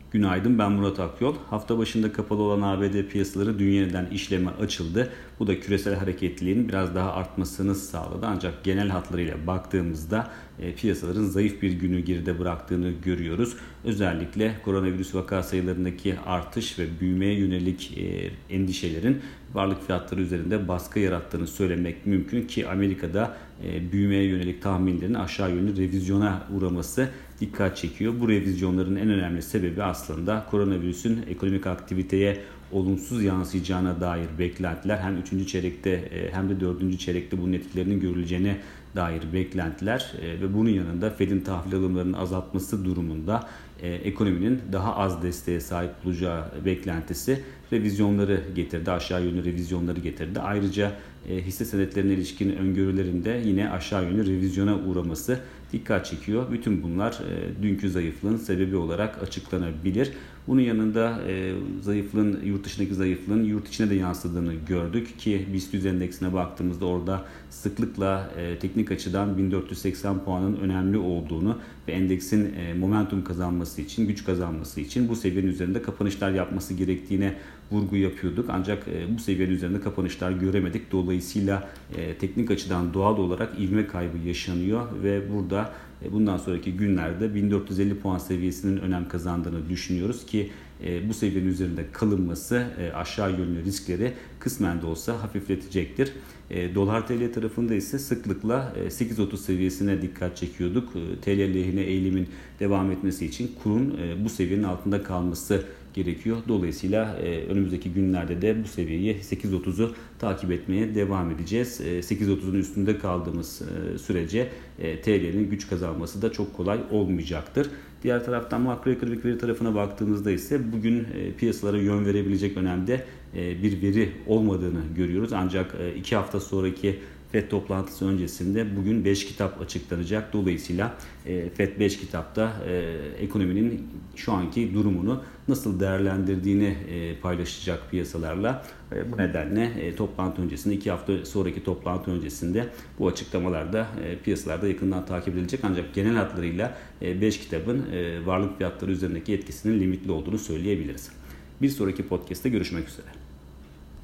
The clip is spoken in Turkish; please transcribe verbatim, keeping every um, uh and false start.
Günaydın, ben Murat Akyol. Hafta başında kapalı olan A B D piyasaları dün yeniden işleme açıldı. Bu da küresel hareketliliğin biraz daha artmasını sağladı. Ancak genel hatlarıyla baktığımızda e, piyasaların zayıf bir günü geride bıraktığını görüyoruz. Özellikle koronavirüs vaka sayılarındaki artış ve büyümeye yönelik e, endişelerin varlık fiyatları üzerinde baskı yarattığını söylemek mümkün ki Amerika'da e, büyümeye yönelik tahminlerin aşağı yönlü revizyona uğraması dikkat çekiyor. Bu revizyonların en önemli sebebi aslında koronavirüsün ekonomik aktiviteye olumsuz yansıyacağına dair beklentiler. Hem üçüncü çeyrekte hem de dördüncü çeyrekte bunun etkilerinin görüleceğine dair beklentiler ve bunun yanında Fed'in tahvil alımlarının azaltması durumunda ekonominin daha az desteğe sahip olacağı beklentisi revizyonları getirdi. Aşağı yönlü revizyonları getirdi. Ayrıca hisse senetlerine ilişkin öngörülerinde yine aşağı yönlü revizyona uğraması dikkat çekiyor. Bütün bunlar e, dünkü zayıflığın sebebi olarak açıklanabilir. Bunun yanında e, zayıflığın, yurt dışındaki zayıflığın yurt içine de yansıdığını gördük ki BIST yüz endeksine baktığımızda orada sıklıkla e, teknik açıdan bin dört yüz seksen puanın önemli olduğunu ve endeksin e, momentum kazanması için, güç kazanması için bu seviyenin üzerinde kapanışlar yapması gerektiğine vurgu yapıyorduk. Ancak e, bu seviyenin üzerinde kapanışlar göremedik. Dolayısıyla e, teknik açıdan doğal olarak ivme kaybı yaşanıyor ve burada e, bundan sonraki günlerde bin dört yüz elli puan seviyesinin önem kazandığını düşünüyoruz ki e, bu seviyenin üzerinde kalınması e, aşağı yönlü riskleri kısmen de olsa hafifletecektir. E, Dolar T L tarafında ise sıklıkla e, sekiz otuz seviyesine dikkat çekiyorduk. E, T L lehine eğilimin devam etmesi için kurun e, bu seviyenin altında kalması gerekiyor. Dolayısıyla e, önümüzdeki günlerde de bu seviyeyi sekiz otuzu takip etmeye devam edeceğiz. E, sekiz otuzun üstünde kaldığımız e, sürece e, T L'nin güç kazanması da çok kolay olmayacaktır. Diğer taraftan makroekonomik veri tarafına baktığımızda ise bugün e, piyasalara yön verebilecek önemde e, bir veri olmadığını görüyoruz. Ancak e, iki hafta sonraki Fed toplantısı öncesinde bugün beş kitap açıklanacak. Dolayısıyla e, Fed beş kitapta e, ekonominin şu anki durumunu nasıl değerlendirdiğini e, paylaşacak piyasalarla. E, bu nedenle e, toplantı öncesinde, iki hafta sonraki toplantı öncesinde bu açıklamalar da e, piyasalarda yakından takip edilecek. Ancak genel hatlarıyla e, beş kitabın e, varlık fiyatları üzerindeki etkisinin limitli olduğunu söyleyebiliriz. Bir sonraki podcast'te görüşmek üzere.